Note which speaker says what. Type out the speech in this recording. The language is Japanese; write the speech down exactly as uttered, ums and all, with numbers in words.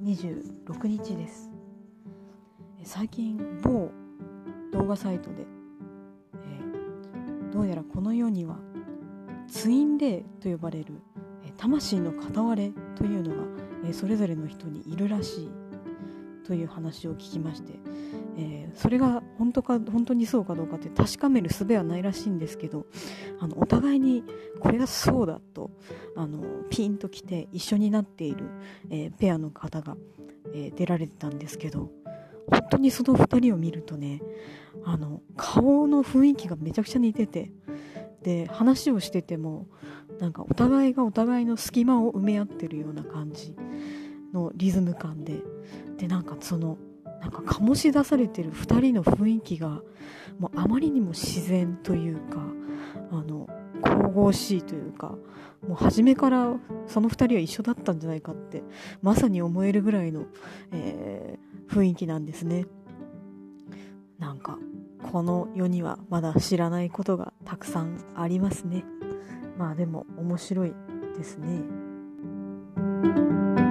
Speaker 1: にじゅうろくにちです。最近某動画サイトで、えー、どうやらこの世にはツイン霊と呼ばれる、えー、魂の片割れというのが、えー、それぞれの人にいるらしいという話を聞きまして、えー、それが本当か本当にそうかどうかって確かめる術はないらしいんですけど、あのお互いにこれがそうだとあのピンときて一緒になっている、えー、ペアの方が、えー、出られてたんですけど、本当にそのふたりを見るとね、あの顔の雰囲気がめちゃくちゃ似てて、で話をしててもなんかお互いがお互いの隙間を埋め合ってるような感じのリズム感で、でなんかそのなんか醸し出されてるふたりの雰囲気がもうあまりにも自然というか、あの神々しいというか、もう初めからそのふたりは一緒だったんじゃないかってまさに思えるぐらいの、えー、雰囲気なんですね。なんかこの世にはまだ知らないことがたくさんありますね。まあでも面白いですね。